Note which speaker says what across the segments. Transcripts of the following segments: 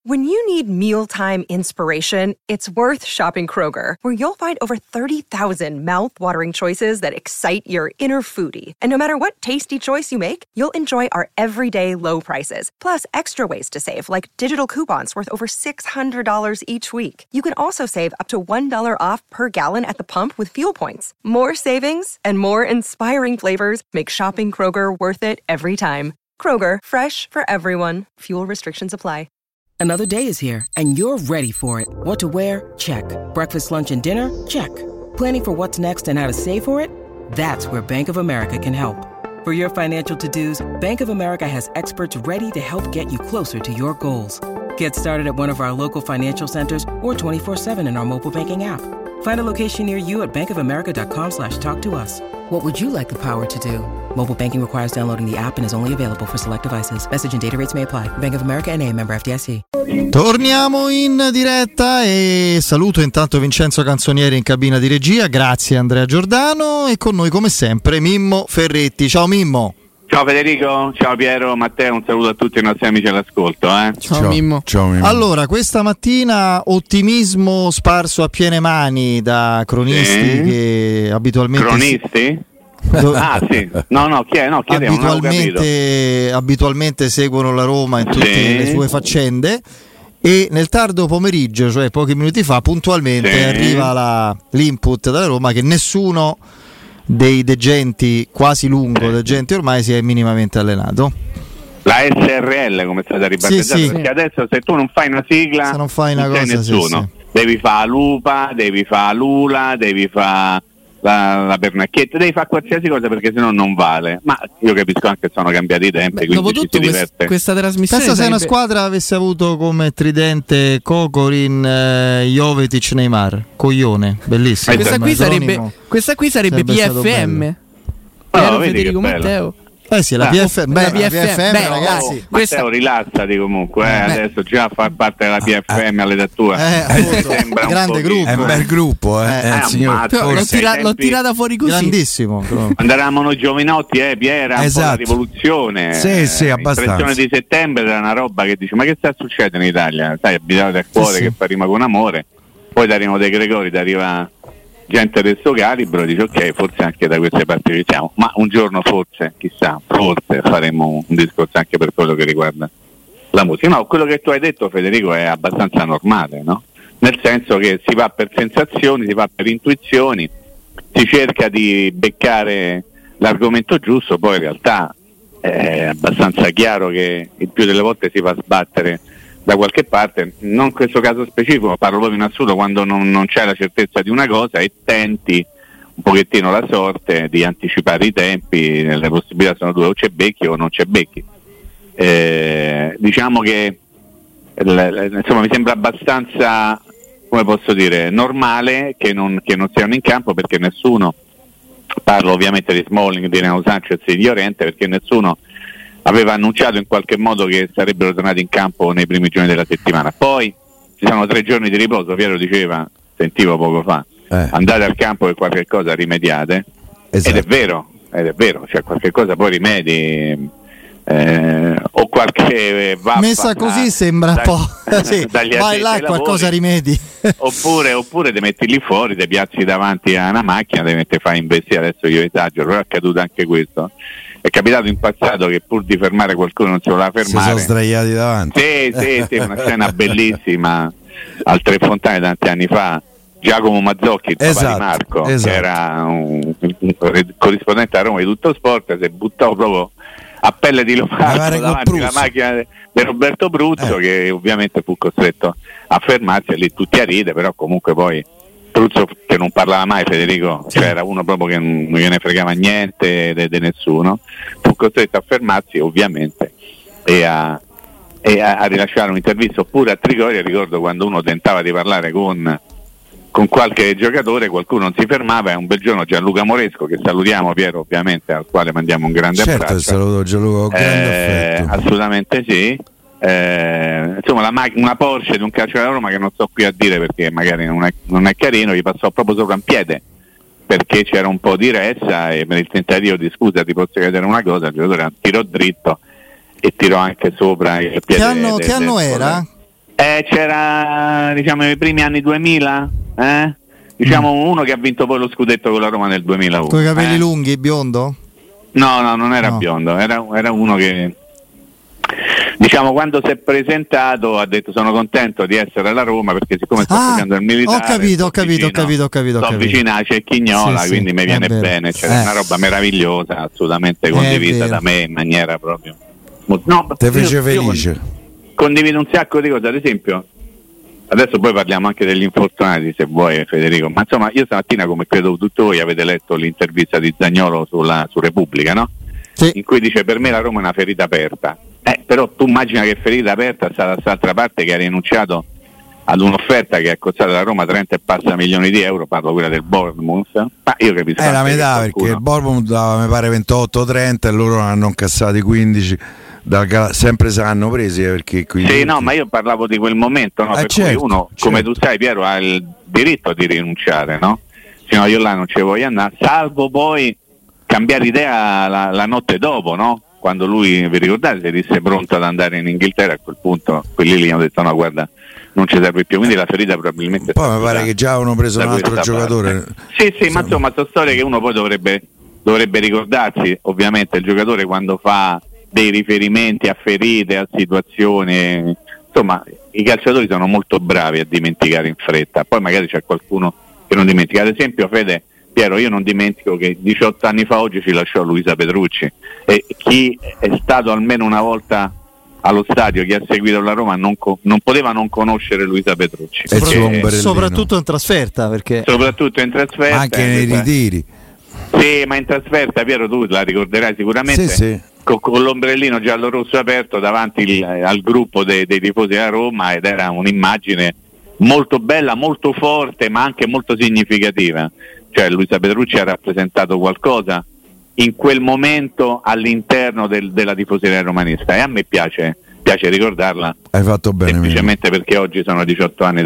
Speaker 1: When you need mealtime inspiration, it's worth shopping Kroger, where you'll find over 30,000 mouth-watering choices that excite your inner foodie. And no matter what tasty choice you make, you'll enjoy our everyday low prices, plus extra ways to save, like digital coupons worth over $600 each week. You can also save up to $1 off per gallon at the pump with fuel points. More savings and more inspiring flavors make shopping Kroger worth it every time. Kroger, fresh for everyone. Fuel restrictions apply.
Speaker 2: Another day is here, and you're ready for it. What to wear? Check. Breakfast, lunch, and dinner? Check. Planning for what's next and how to save for it? That's where Bank of America can help. For your financial to-dos, Bank of America has experts ready to help get you closer to your goals. Get started at one of our local financial centers or 24/7 in our mobile banking app. Find a location near you at bankofamerica.com/talktous. What would you like the power to do? Mobile banking requires downloading the app and is only available for select devices. Message and data rates may apply. Bank of America N.A., member FDIC.
Speaker 3: Torniamo in diretta e saluto intanto Vincenzo Canzonieri in cabina di regia. Grazie Andrea Giordano e con noi come sempre Mimmo Ferretti. Ciao Mimmo.
Speaker 4: Ciao Federico, ciao Piero, Matteo, un saluto a tutti i nostri amici all'ascolto.
Speaker 5: Ciao Mimmo.
Speaker 3: Ciao Mimmo. Allora, questa mattina ottimismo sparso a piene mani da cronisti che abitualmente...
Speaker 4: Cronisti? Sì. No, chi è? No,
Speaker 3: abitualmente seguono la Roma in tutte le sue faccende e nel tardo pomeriggio, cioè pochi minuti fa, puntualmente arriva l'input dalla Roma che nessuno dei degenti, quasi lungo degenti ormai, si è minimamente allenato.
Speaker 4: La SRL come è stata ribattezzata, perché adesso se tu non fai una sigla,
Speaker 3: se non fai una cosa,
Speaker 4: nessuno. Devi fare Lupa, devi fare Lula, devi fare la pernacchietta, devi fare qualsiasi cosa perché sennò non vale. Ma io capisco anche che sono cambiati i tempi, quindi ci si diverte.
Speaker 5: Questa trasmissione
Speaker 3: pensa se una squadra avesse avuto come tridente Kokorin, Jovetic, Neymar, coglione, bellissimo.
Speaker 5: Questa qui sarebbe PFM. Federico Matteo.
Speaker 3: Sì, la PFM, ragazzi.
Speaker 4: Matteo, rilassati comunque, adesso già fa parte della PFM all'età tua.
Speaker 3: Sembra grande gruppo.
Speaker 6: È un bel gruppo, signor.
Speaker 5: L'ho tirata fuori così.
Speaker 3: Grandissimo.
Speaker 4: Quando eravamo noi giovinotti, Piera, un po' la rivoluzione.
Speaker 6: Sì, abbastanza.
Speaker 4: L'impressione di settembre era una roba che dice: ma che sta succedendo in Italia? Sai, abitate a cuore che fa rima con amore. Poi da Rino De Gregori arriva gente del suo calibro, dice ok, forse anche da queste parti ci siamo, ma un giorno forse, chissà, forse faremo un discorso anche per quello che riguarda la musica. No, quello che tu hai detto Federico è abbastanza normale, no? Nel senso che si va per sensazioni, si va per intuizioni, si cerca di beccare l'argomento giusto, poi in realtà è abbastanza chiaro che il più delle volte si va a sbattere da qualche parte, non in questo caso specifico, parlo proprio in assoluto, quando non c'è la certezza di una cosa e tenti un pochettino la sorte di anticipare i tempi, le possibilità sono due: o c'è becchi o non c'è becchi. Diciamo che insomma mi sembra abbastanza, come posso dire, normale che non siano in campo, perché nessuno, parlo ovviamente di Smalling, di Renato Sanchez e di Llorente, perché nessuno aveva annunciato in qualche modo che sarebbero tornati in campo nei primi giorni della settimana. Poi ci sono 3 giorni di riposo, Piero diceva, sentivo poco fa, andate al campo e qualche cosa rimediate, ed è vero, cioè qualche cosa poi rimedi, o qualche vaffa
Speaker 3: messa così sembra un po', vai là e qualcosa rimedi.
Speaker 4: oppure ti metti lì fuori, ti piazzi davanti a una macchina, ti fai investire. Adesso io esagero, però è accaduto anche questo. È capitato in passato che pur di fermare qualcuno non si voleva fermare.
Speaker 6: Si sono sdraiati davanti.
Speaker 4: Sì, una scena bellissima al Tre Fontane tanti anni fa. Giacomo Mazzocchi, il papà di Marco, che era un corrispondente a Roma di Tutto Sport, si buttò proprio a pelle di leopardo davanti alla macchina di Roberto Bruzzo, che ovviamente fu costretto a fermarsi, e lì tutti a ridere, però comunque poi Bruzzo, che non parlava mai, Federico, cioè era uno proprio che non gliene fregava niente di nessuno, fu costretto a fermarsi ovviamente e a rilasciare un'intervista. Oppure a Trigoria ricordo quando uno tentava di parlare con qualche giocatore, qualcuno non si fermava, e un bel giorno Gianluca Moresco, che salutiamo, Piero, ovviamente, al quale mandiamo un grande abbraccio.
Speaker 6: Saluto Gianluca, grande affetto.
Speaker 4: Assolutamente sì. Insomma, una Porsche di un calciatore della Roma, che non sto qui a dire perché magari non è carino, gli passò proprio sopra un piede perché c'era un po' di ressa, e per il tentativo di scusa ti posso chiedere una cosa, il giocatore tirò dritto e tirò anche sopra il piede.
Speaker 3: Che anno era?
Speaker 4: C'era, diciamo, i primi anni 2000, diciamo uno che ha vinto poi lo scudetto con la Roma nel 2001.
Speaker 3: Con i capelli lunghi, biondo?
Speaker 4: No, non era biondo, era uno che, diciamo, quando si è presentato ha detto sono contento di essere alla Roma perché siccome sto facendo il militare
Speaker 3: ho capito.
Speaker 4: Sto vicino a Cecchignola,
Speaker 3: sì,
Speaker 4: quindi mi viene bene, cioè, una roba meravigliosa, assolutamente condivisa da me in maniera proprio
Speaker 6: te fece felice.
Speaker 4: Condivido un sacco di cose, ad esempio adesso poi parliamo anche degli infortunati se vuoi, Federico, ma insomma io stamattina, come credo tutti voi, avete letto l'intervista di Zaniolo su Repubblica, no?
Speaker 3: Sì.
Speaker 4: In cui dice per me la Roma è una ferita aperta, però tu immagina che ferita aperta sta da quest'altra parte, che ha rinunciato ad un'offerta che ha costato alla Roma 30 e passa milioni di euro, parlo quella del Bournemouth, ma io capisco
Speaker 6: è la metà, perché il Bournemouth dava mi pare 28-30 e loro hanno incassati 15, sempre se hanno presi, perché
Speaker 4: sì, no, ma io parlavo di quel momento, no? Per
Speaker 6: certo,
Speaker 4: cui uno, come tu sai, Piero, ha il diritto di rinunciare, no? Se no io là non ci voglio andare, salvo poi cambiare idea la notte dopo, no? Quando lui, vi ricordate, si disse pronto ad andare in Inghilterra, a quel punto quelli lì hanno detto no, guarda, non ci serve più, quindi la ferita probabilmente
Speaker 6: poi mi pare che già avevano preso un altro giocatore.
Speaker 4: Sì, ma insomma sono storie che uno poi dovrebbe ricordarsi. Ovviamente il giocatore, quando fa dei riferimenti a ferite, a situazioni, insomma i calciatori sono molto bravi a dimenticare in fretta, poi magari c'è qualcuno che non dimentica. Ad esempio, Fede, Piero, io non dimentico che 18 anni fa oggi ci lasciò Luisa Petrucci, e chi è stato almeno una volta allo stadio, chi ha seguito la Roma non poteva non conoscere Luisa Petrucci,
Speaker 3: soprattutto in trasferta, perché
Speaker 4: soprattutto in trasferta,
Speaker 6: anche nei ritiri.
Speaker 4: Sì, ma in trasferta, Piero, tu la ricorderai sicuramente,
Speaker 6: sì.
Speaker 4: Con l'ombrellino giallo-rosso aperto davanti al gruppo dei tifosi della Roma, ed era un'immagine molto bella, molto forte, ma anche molto significativa. Cioè Luisa Petrucci ha rappresentato qualcosa in quel momento all'interno della tifoseria romanista, e a me piace ricordarla.
Speaker 6: Hai fatto bene,
Speaker 4: semplicemente perché oggi sono 18 anni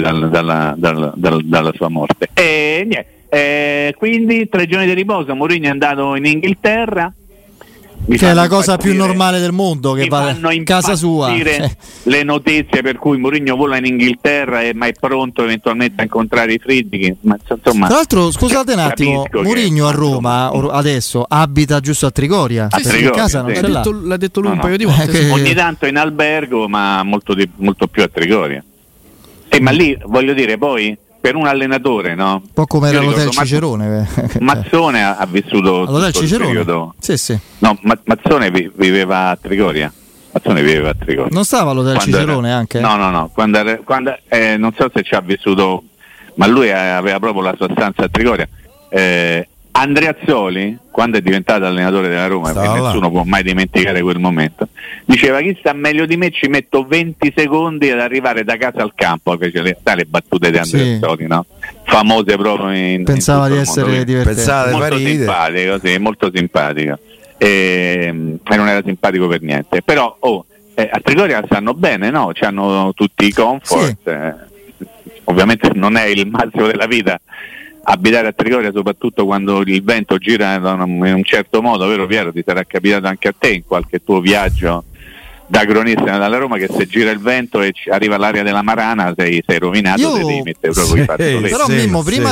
Speaker 4: dalla sua morte. E niente, quindi 3 giorni di riposo, Mourinho è andato in Inghilterra,
Speaker 3: che è la cosa più normale del mondo, che va in casa sua.
Speaker 4: Le notizie per cui Mourinho vola in Inghilterra ma è pronto eventualmente a incontrare i Friedkin, ma insomma,
Speaker 3: tra l'altro scusate un attimo, Mourinho a Roma adesso abita giusto a Trigoria,
Speaker 4: Trigoria,
Speaker 3: casa non ce l'ha.
Speaker 5: L'ha detto lui un paio di volte,
Speaker 4: ogni tanto in albergo, ma molto più a Trigoria. Ma lì voglio dire, poi per un allenatore, no?
Speaker 3: Un po' come era l'hotel Cicerone.
Speaker 4: Mazzone ha vissuto
Speaker 3: all'hotel Cicerone.
Speaker 4: Periodo.
Speaker 3: Sì.
Speaker 4: No, Mazzone viveva a Trigoria.
Speaker 3: Non stava all'hotel Cicerone anche?
Speaker 4: No. Quando non so se ci ha vissuto, ma lui aveva proprio la sua stanza a Trigoria. Andreazzoli, quando è diventato allenatore della Roma, perché nessuno può mai dimenticare quel momento, diceva: chi sta meglio di me ci metto 20 secondi ad arrivare da casa al campo. Fece le battute di Andreazzoli, no? Famose proprio
Speaker 3: pensava di essere divertente,
Speaker 4: molto simpatico, e non era simpatico per niente, però a Trigoria stanno bene, no? C'hanno tutti i comfort, ovviamente non è il massimo della vita abitare a Trigoria, soprattutto quando il vento gira in un certo modo, vero Piero? Ti sarà capitato anche a te in qualche tuo viaggio da cronista dalla Roma, che se gira il vento e arriva all'area della Marana sei rovinato, te devi mettere proprio i fazzoletti.
Speaker 3: Però Mimmo, prima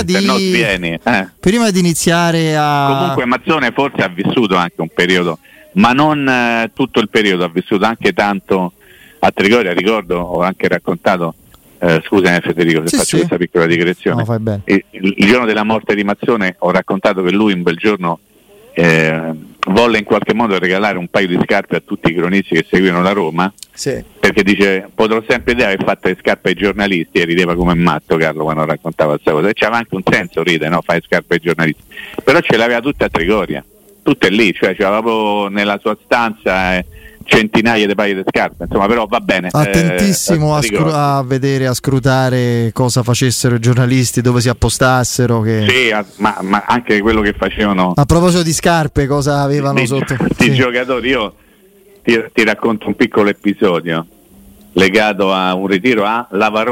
Speaker 3: di iniziare a...
Speaker 4: Comunque Mazzone forse ha vissuto anche un periodo, ma non tutto il periodo, ha vissuto anche tanto a Trigoria. Ricordo, ho anche raccontato, scusami Federico se faccio questa piccola digressione,
Speaker 3: no, fai bene.
Speaker 4: Il giorno della morte di Mazzone ho raccontato che lui un bel giorno volle in qualche modo regalare un paio di scarpe a tutti i cronisti che seguivano la Roma, perché dice: potrò sempre dire aver fatto le scarpe ai giornalisti, e rideva come matto Carlo quando raccontava questa cosa, e c'aveva anche un senso, ride, no? Fai scarpe ai giornalisti, però ce l'aveva tutte a Trigoria, tutte lì, cioè c'aveva proprio nella sua stanza centinaia di paia di scarpe, insomma, però va bene.
Speaker 3: Attentissimo a vedere, a scrutare cosa facessero i giornalisti, dove si appostassero.
Speaker 4: Sì, ma anche quello che facevano.
Speaker 3: A proposito di scarpe, cosa avevano sotto?
Speaker 4: I giocatori, io ti racconto un piccolo episodio legato a un ritiro a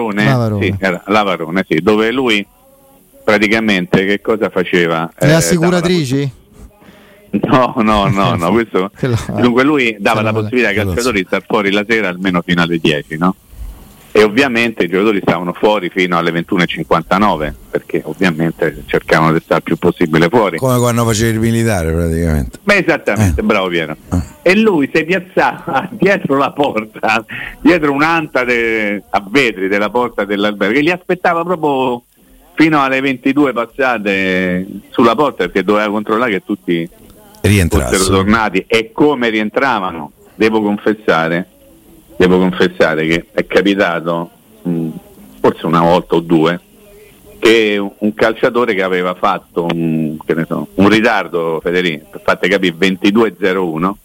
Speaker 4: Lavarone, dove lui praticamente che cosa faceva?
Speaker 3: Le assicuratrici?
Speaker 4: No, questo, dunque lui dava la possibilità ai calciatori di star fuori la sera almeno fino alle 10, no? e ovviamente i giocatori stavano fuori fino alle 21:59 perché ovviamente cercavano di stare il più possibile fuori,
Speaker 6: come quando facevi il militare praticamente.
Speaker 4: Beh, esattamente, bravo Piero. E lui si piazzava dietro la porta, dietro un'anta a vetri della porta dell'albergo, che li aspettava proprio fino alle 22 passate sulla porta, perché doveva controllare che tutti fossero tornati. E come rientravano, devo confessare che è capitato forse una volta o due che un calciatore che aveva fatto un ritardo, Federico, per fate capire, 22:01,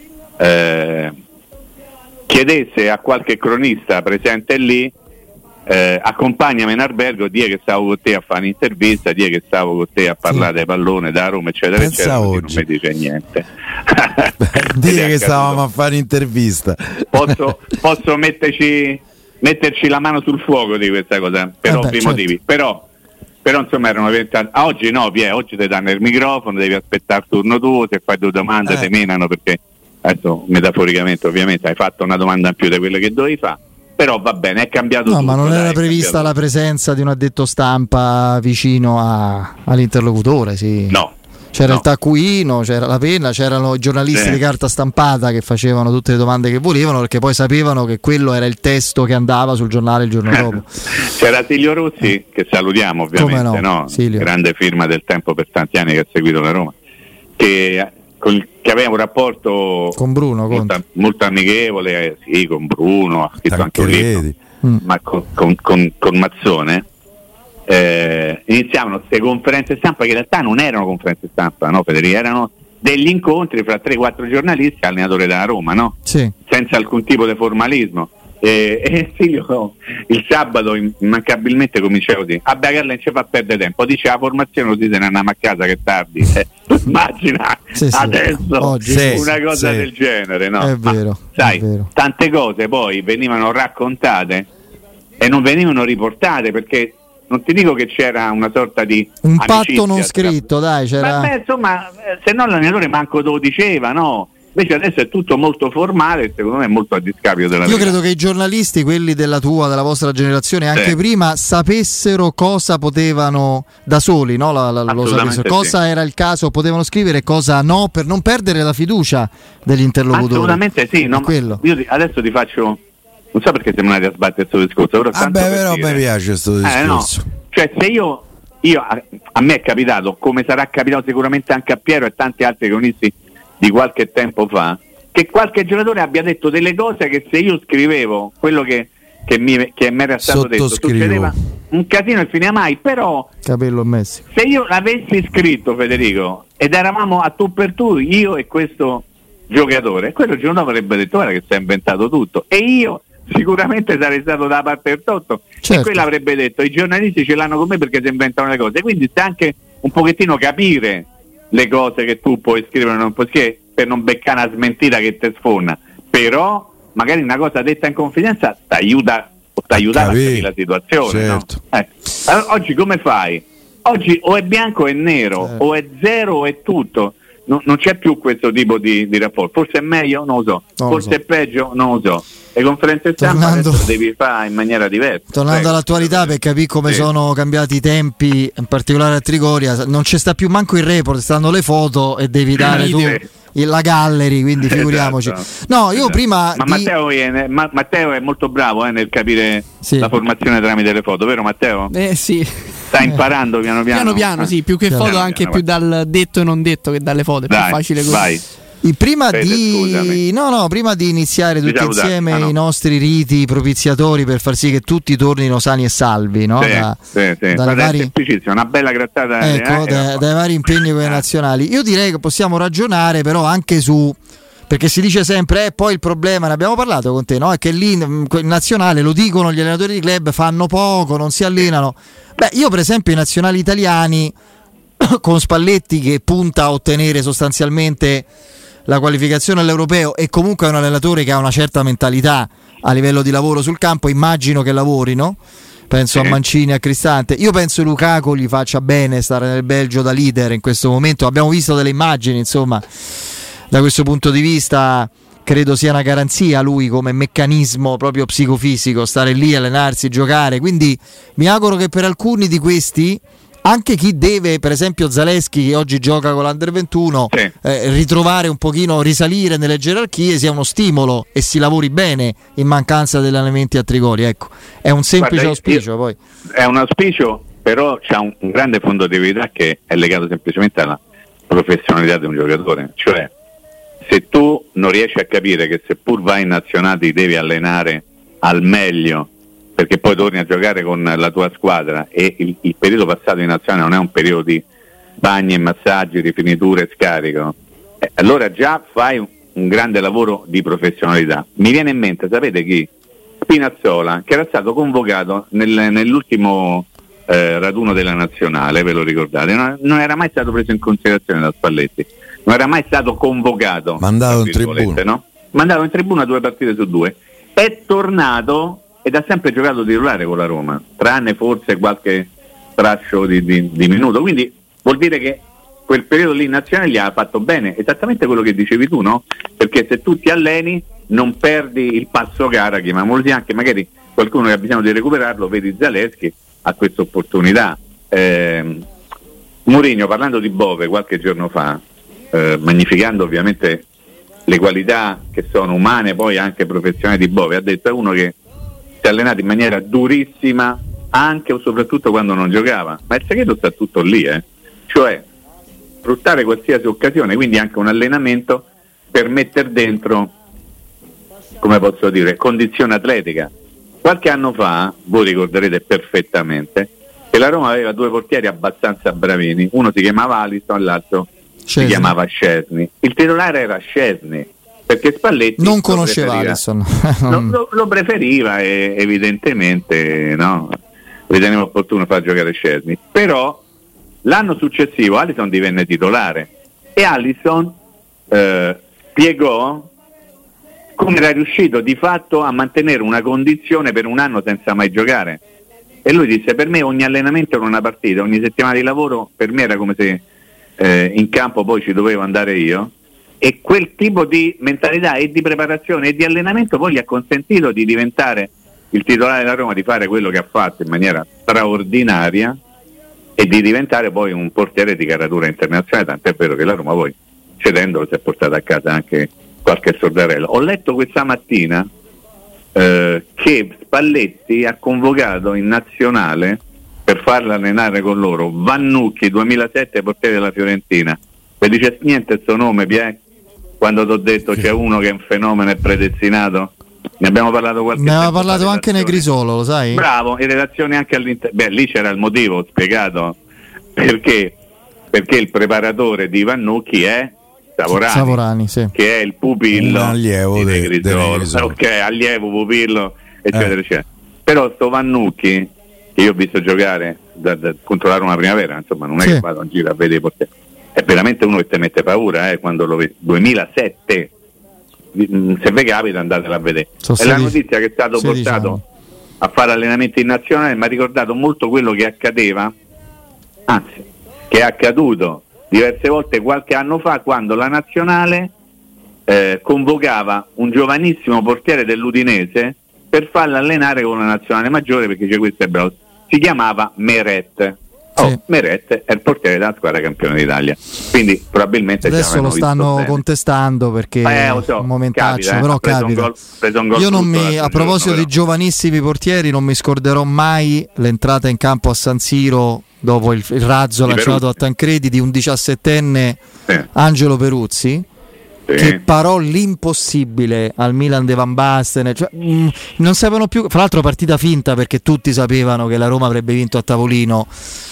Speaker 4: chiedesse a qualche cronista presente lì, accompagnami in albergo, die che stavo con te a fare un'intervista, die che stavo con te a parlare dei pallone da Roma, eccetera, eccetera, non mi dice niente.
Speaker 6: Dire che stavamo a fare un'intervista.
Speaker 4: Posso metterci la mano sul fuoco di questa cosa per ovvi motivi, però insomma erano oggi no, oggi ti danno il microfono, devi aspettare il turno tuo, se fai due domande ti menano, perché adesso metaforicamente ovviamente hai fatto una domanda in più di quelle che dovevi fare. Però va bene, è cambiato tutto.
Speaker 3: Ma non era prevista la presenza di un addetto stampa vicino all'interlocutore, sì.
Speaker 4: No.
Speaker 3: C'era il taccuino, c'era la penna, c'erano i giornalisti di carta stampata che facevano tutte le domande che volevano, perché poi sapevano che quello era il testo che andava sul giornale il giorno dopo.
Speaker 4: C'era Silvio Rossi, che salutiamo ovviamente, no? Grande firma del Tempo per tanti anni che ha seguito la Roma, che aveva un rapporto
Speaker 3: con Bruno
Speaker 4: molto amichevole, sì, con Bruno, ha scritto anche un libro, ma con Mazzone. Iniziavano queste conferenze stampa che in realtà non erano conferenze stampa, no, Federico? Erano degli incontri fra 3-4 giornalisti e allenatore della Roma, no?
Speaker 3: Sì.
Speaker 4: Senza alcun tipo di formalismo. E sì, io il sabato immancabilmente cominciavo così: vabbè, Carla, non ci fa perdere tempo, dice la formazione, così se ne andiamo a casa che è tardi. Immagina adesso una cosa del genere, no?
Speaker 3: È vero,
Speaker 4: sai,
Speaker 3: è vero.
Speaker 4: Tante cose poi venivano raccontate e non venivano riportate, perché non ti dico che c'era una sorta di
Speaker 3: un patto non scritto, dai, c'era.
Speaker 4: Vabbè, insomma, se no l'allenatore manco te lo diceva, no? Invece adesso è tutto molto formale, secondo me è molto a discapito della verità.
Speaker 3: Io credo che i giornalisti, quelli della vostra generazione, anche prima, sapessero cosa potevano da soli, no? Lo sapessero, cosa era il caso, potevano scrivere, cosa no, per non perdere la fiducia degli interlocutori.
Speaker 4: Assolutamente sì, no, io adesso ti faccio, non so perché siamo andati a sbattere questo discorso, però
Speaker 6: mi piace questo discorso.
Speaker 4: No. Cioè, se io a me è capitato, come sarà capitato sicuramente anche a Piero e tanti altri cronisti di qualche tempo fa, che qualche giocatore abbia detto delle cose che se io scrivevo quello che mi era stato detto, succedeva un casino e finiva mai. Però
Speaker 3: capello Messi,
Speaker 4: se io l'avessi scritto, Federico, ed eravamo a tu per tu, io e questo giocatore, quello il giorno dopo avrebbe detto: guarda che si è inventato tutto, e io sicuramente sarei stato dalla parte del torto, e quello avrebbe detto: i giornalisti ce l'hanno con me perché si inventano le cose. Quindi sta anche un pochettino capire le cose che tu puoi scrivere, non puoi scrivere, per non beccare una smentita che ti sfonna, però magari una cosa detta in confidenza ti aiuta a capire la situazione, certo. No? Allora, oggi come fai? Oggi o è bianco o è nero, o è zero o è tutto. Non c'è più questo tipo di rapporto. Forse è meglio? Non lo so. Forse è peggio? Non lo so. Le conferenze stampa adesso devi fare in maniera diversa.
Speaker 3: Tornando all'attualità, per capire come sono cambiati i tempi, in particolare a Trigoria, non c'è sta più manco il report, stanno le foto e devi dare tu la gallery, quindi figuriamoci. No, io prima
Speaker 4: Matteo è molto bravo nel capire la formazione tramite le foto, vero Matteo?
Speaker 5: Sì.
Speaker 4: Sta imparando piano piano.
Speaker 5: Sì, più che foto anche più dal detto e non detto che dalle foto, è più facile così.
Speaker 4: Vai.
Speaker 3: Prima di iniziare tutti insieme i nostri riti propiziatori per far sì che tutti tornino sani e salvi, no?
Speaker 4: Una bella grattata,
Speaker 3: dai vari impegni nazionali. Io direi che possiamo ragionare però anche su, perché si dice sempre poi il problema, ne abbiamo parlato con te, no? È che lì in nazionale, lo dicono gli allenatori di club, fanno poco, non si allenano. Beh, io per esempio i nazionali italiani con Spalletti che punta a ottenere sostanzialmente la qualificazione all'europeo, e comunque è un allenatore che ha una certa mentalità a livello di lavoro sul campo, immagino che lavorino, penso a Mancini, a Cristante. Io penso Lukaku gli faccia bene stare nel Belgio da leader in questo momento, abbiamo visto delle immagini insomma da questo punto di vista credo sia una garanzia lui come meccanismo proprio psicofisico, stare lì, allenarsi, giocare, quindi mi auguro che per alcuni di questi, anche chi deve, per esempio Zalewski che oggi gioca con l'Under 21, ritrovare un pochino, risalire nelle gerarchie, sia uno stimolo e si lavori bene in mancanza degli allenamenti a Trigoli. Ecco, è un semplice auspicio. Poi
Speaker 4: è un auspicio, però c'ha un grande fondo di verità che è legato semplicemente alla professionalità di un giocatore. Cioè, se tu non riesci a capire che seppur vai in nazionale ti devi allenare al meglio perché poi torni a giocare con la tua squadra, e il periodo passato in nazionale non è un periodo di bagni e massaggi, rifiniture e scarico, allora già fai un grande lavoro di professionalità. Mi viene in mente, sapete chi? Spinazzola, che era stato convocato nell'ultimo raduno della nazionale, ve lo ricordate? Non era mai stato preso in considerazione da Spalletti, non era mai stato convocato,
Speaker 6: mandato in tribuna,
Speaker 4: no? Mandato in tribuna 2 partite su 2, è tornato ed ha sempre giocato titolare con la Roma, tranne forse qualche strascio di minuto, quindi vuol dire che quel periodo lì in nazionale gli ha fatto bene, esattamente quello che dicevi tu, no? Perché se tu ti alleni non perdi il passo gara, chiamiamolo così, anche magari qualcuno che ha bisogno di recuperarlo, vedi Zalewski, ha questa opportunità. Mourinho, parlando di Bove qualche giorno fa, magnificando ovviamente le qualità che sono umane poi anche professionali di Bove, ha detto: è uno che si è allenato in maniera durissima anche o soprattutto quando non giocava, ma il segreto sta tutto lì, cioè sfruttare qualsiasi occasione, quindi anche un allenamento per mettere dentro, come posso dire, condizione atletica. Qualche anno fa, voi ricorderete perfettamente, che la Roma aveva 2 portieri abbastanza bravini, uno si chiamava Alisson, l'altro si chiamava Szczesny. Il titolare era Szczesny, perché Spalletti
Speaker 3: non conosceva Alisson.
Speaker 4: lo preferiva, e evidentemente no, riteneva opportuno far giocare Szczesny. Però l'anno successivo Alisson divenne titolare e Alisson spiegò come era riuscito di fatto a mantenere una condizione per un anno senza mai giocare, e lui disse: per me ogni allenamento era una partita, ogni settimana di lavoro per me era come se in campo poi ci dovevo andare io, e quel tipo di mentalità e di preparazione e di allenamento poi gli ha consentito di diventare il titolare della Roma, di fare quello che ha fatto in maniera straordinaria e di diventare poi un portiere di caratura internazionale, tant'è vero che la Roma poi, cedendolo, si è portata a casa anche qualche soldarello. Ho letto questa mattina che Spalletti ha convocato in nazionale per farla allenare con loro Vannucchi, 2007 portiere della Fiorentina. Vi dice niente il suo nome, Pier? Quando ti ho detto c'è uno che è un fenomeno e predestinato? Ne abbiamo parlato qualche tempo.
Speaker 3: Ne aveva parlato anche Negrisolo, lo sai?
Speaker 4: Bravo, in relazione anche all'interno. Beh, lì c'era il motivo, ho spiegato perché il preparatore di Vannucchi è Savorani, sì, che è il pupillo,
Speaker 6: un allievo
Speaker 4: di Negrisolo. Ok, allievo, pupillo, eccetera, eccetera. Però sto Vannucchi, che io ho visto giocare contro la Roma Primavera, insomma, non è che vado in giro a vedere i portieri, è veramente uno che ti mette paura, quando lo vedi. 2007, se vi capita andatela a vedere. È la notizia che è stato portato a fare allenamenti in nazionale, mi ha ricordato molto quello che accadeva, anzi, che è accaduto diverse volte qualche anno fa, quando la nazionale convocava un giovanissimo portiere dell'Udinese per farlo allenare con la nazionale maggiore, perché c'è questo è bravo, si chiamava Meret. Meret è il portiere della squadra campione d'Italia, quindi probabilmente
Speaker 3: adesso lo stanno contestando perché è un momentaccio, però capita. Io non mi, a proposito di giovanissimi portieri, non mi scorderò mai l'entrata in campo a San Siro dopo il razzo lanciato a Tancredi di un 17enne Angelo Peruzzi, che parò l'impossibile al Milan de Van Basten, cioè, non sapevano più, fra l'altro partita finta perché tutti sapevano che la Roma avrebbe vinto a tavolino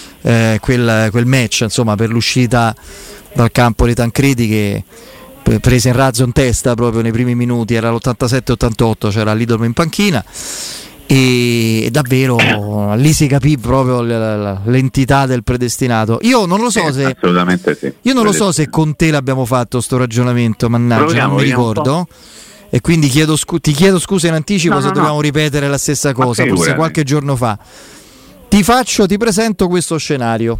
Speaker 3: quel match, insomma, per l'uscita dal campo di Tancredi, che prese in razzo in testa proprio nei primi minuti, era l'87-88, c'era l'idolo in panchina, e davvero lì si capì proprio l'entità del predestinato. Io non lo so se
Speaker 4: assolutamente sì.
Speaker 3: Io non lo so se con te l'abbiamo fatto sto ragionamento, mannaggia, non mi ricordo, e quindi ti chiedo scusa in anticipo se dobbiamo ripetere la stessa cosa, forse qualche giorno fa. Ti presento questo scenario: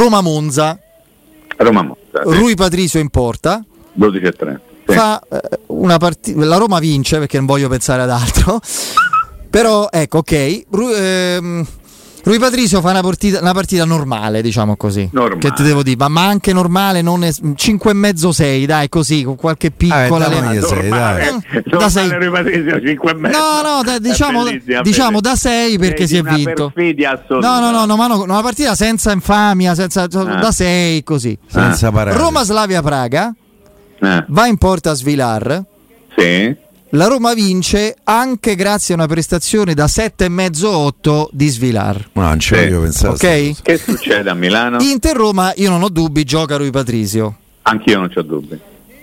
Speaker 3: Roma-Monza,
Speaker 4: sì.
Speaker 3: Rui Patricio in porta,
Speaker 4: 12-3.
Speaker 3: fa una partita, la Roma vince perché non voglio pensare ad altro. Però ecco, ok, Rui Patrizio fa una partita normale, diciamo così.
Speaker 4: Normale.
Speaker 3: Che ti devo dire, ma anche normale, non è 5,5-6, dai, così, con qualche piccola
Speaker 4: da 6. Rui Patrizio 5,5.
Speaker 3: No, diciamo da 6 perché si è vinto. No, ma una partita senza infamia, da 6 così.
Speaker 6: Senza parare.
Speaker 3: Roma Slavia Praga va in porta a Svilar.
Speaker 4: Sì.
Speaker 3: La Roma vince anche grazie a una prestazione da 7,5-8 di Svilar.
Speaker 6: Non ci voglio pensare.
Speaker 3: Ok?
Speaker 4: Che succede a Milano?
Speaker 3: Inter-Roma, io non ho dubbi, gioca Rui Patrizio.
Speaker 4: Anch'io non ho dubbi.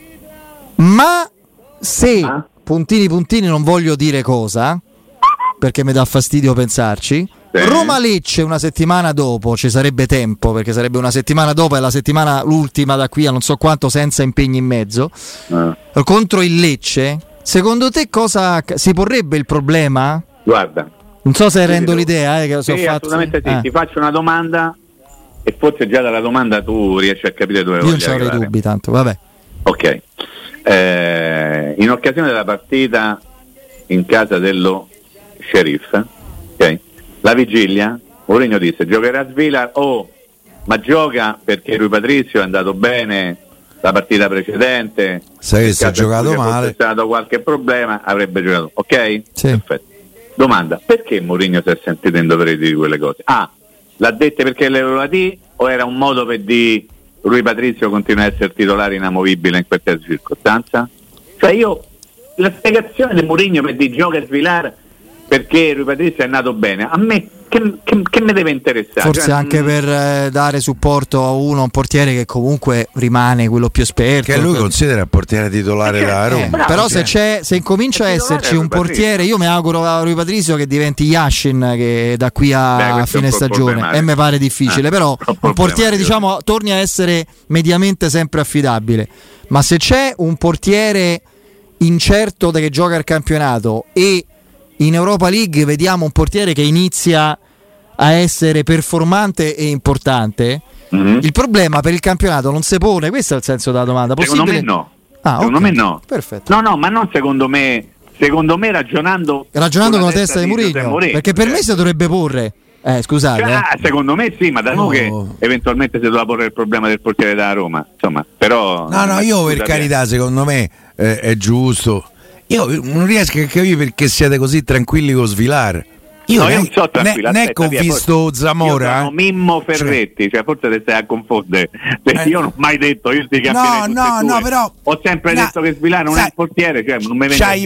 Speaker 3: Ma se puntini non voglio dire cosa, perché mi dà fastidio pensarci. Sì. Roma-Lecce una settimana dopo, ci sarebbe tempo, perché sarebbe una settimana dopo e la settimana l'ultima da qui a non so quanto, senza impegni in mezzo. Contro il Lecce. Secondo te cosa si porrebbe il problema?
Speaker 4: Guarda,
Speaker 3: non so se rendo l'idea che
Speaker 4: sì, assolutamente sì. Ti faccio una domanda e forse già dalla domanda tu riesci a capire dove voglio arrivare. Io non c'avrei dubbi tanto, vabbè. Ok. In occasione della partita in casa dello Sheriff, okay, la vigilia, Mourinho disse giocherà Svilar, ma gioca perché Rui Patrizio è andato bene la partita precedente,
Speaker 6: se avesse giocato male,
Speaker 4: se c'è stato qualche problema avrebbe giocato, ok?
Speaker 3: Sì.
Speaker 4: Perfetto. Domanda, perché Mourinho si è sentito in dovere di dire quelle cose? L'ha dette perché le voleva dire o era un modo per dire Rui Patrizio continua a essere titolare inamovibile in questa circostanza? Cioè la spiegazione di Mourinho per dire gioca Svilar perché Rui Patrizio è nato bene, a me che mi deve interessare?
Speaker 3: Forse anche per dare supporto a un portiere che comunque rimane quello più esperto,
Speaker 6: che lui considera il portiere titolare da Roma.
Speaker 3: Però se incomincia a esserci un portiere, io mi auguro a Rui Patrizio che diventi Yashin, che da qui a fine stagione, e mi pare difficile, però un portiere diciamo torni a essere mediamente sempre affidabile. Ma se c'è un portiere incerto che gioca il campionato e in Europa League vediamo un portiere che inizia a essere performante e importante, il problema per il campionato non si pone. Questo è il senso della domanda.
Speaker 4: Secondo me no. Secondo me no.
Speaker 3: Perfetto.
Speaker 4: No, ma non secondo me. Secondo me ragionando con la testa di Mourinho,
Speaker 3: perché per me si dovrebbe porre. Scusate.
Speaker 4: Secondo me sì, ma da noi che eventualmente si doveva porre il problema del portiere della Roma. Insomma, però.
Speaker 6: No, io per carità, secondo me è giusto. Io non riesco a capire perché siete così tranquilli con Svilar. Io
Speaker 4: non so tranquillo.
Speaker 6: Ho visto Zamora.
Speaker 4: Io sono Mimmo Ferretti, cioè forse te stai a confondere. Perché io non ho mai detto io ti cambierei
Speaker 6: no, però
Speaker 4: ho sempre detto che Svilar non è un portiere, cioè non mi venga a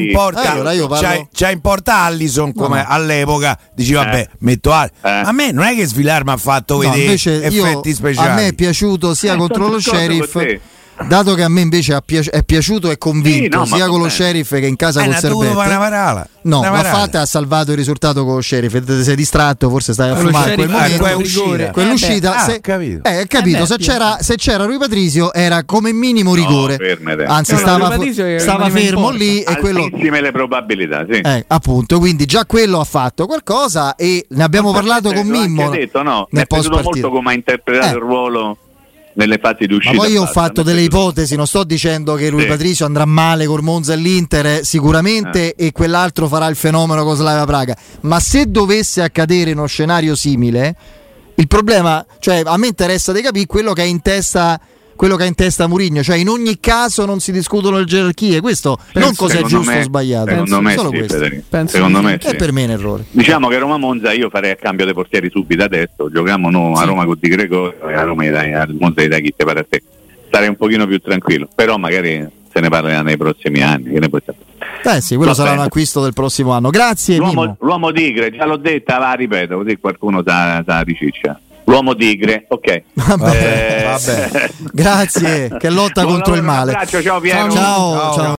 Speaker 4: dire.
Speaker 6: C'ha in porta Allison come all'epoca dici vabbè, metto a me non è che Svilar mi ha fatto vedere effetti speciali.
Speaker 3: A me è piaciuto sia contro lo Sheriff. Dato che a me invece è piaciuto e convinto sia con lo Sheriff che in casa col Servette. No, ma Fate ha salvato il risultato con lo Sheriff. Ti sei distratto, forse stai a fumare quel momento. Quell'uscita, capito. Se c'era Rui Patrizio era come minimo rigore. Anzi, stava fermo lì e quello.
Speaker 4: Altissime le probabilità, sì.
Speaker 3: Appunto, quindi già quello ha fatto qualcosa e ne abbiamo parlato con Mimmo.
Speaker 4: Mi è piaciuto molto come ha interpretato il ruolo nelle fasi di uscita.
Speaker 3: Ma poi io ho fatto delle ipotesi, non sto dicendo che Rui Patrizio andrà male col Monza e l'Inter sicuramente e quell'altro farà il fenomeno con Slavia Praga, ma se dovesse accadere uno scenario simile, il problema, cioè a me interessa di capire quello che ha in testa Mourinho, cioè in ogni caso non si discutono le gerarchie, questo non cos'è giusto o sbagliato,
Speaker 4: secondo me
Speaker 3: solo
Speaker 4: sì,
Speaker 3: questo.
Speaker 4: Secondo me
Speaker 3: è per me un errore.
Speaker 4: Diciamo che Roma-Monza io farei a cambio dei portieri subito adesso, giochiamo noi a Roma con Di Gregorio e a Roma al Monza dai chi te pare a te, starei un pochino più tranquillo, però magari se ne parlerà nei prossimi anni, che ne puoi sapere.
Speaker 3: Sì, quello sarà un acquisto del prossimo anno. Grazie.
Speaker 4: L'uomo tigre, già l'ho detta, la ripeto così qualcuno sa riciccia. L'uomo tigre, ok.
Speaker 3: Vabbè. Grazie, che lotta contro il male.
Speaker 4: Un abbraccio, ciao Piero.
Speaker 3: Ciao.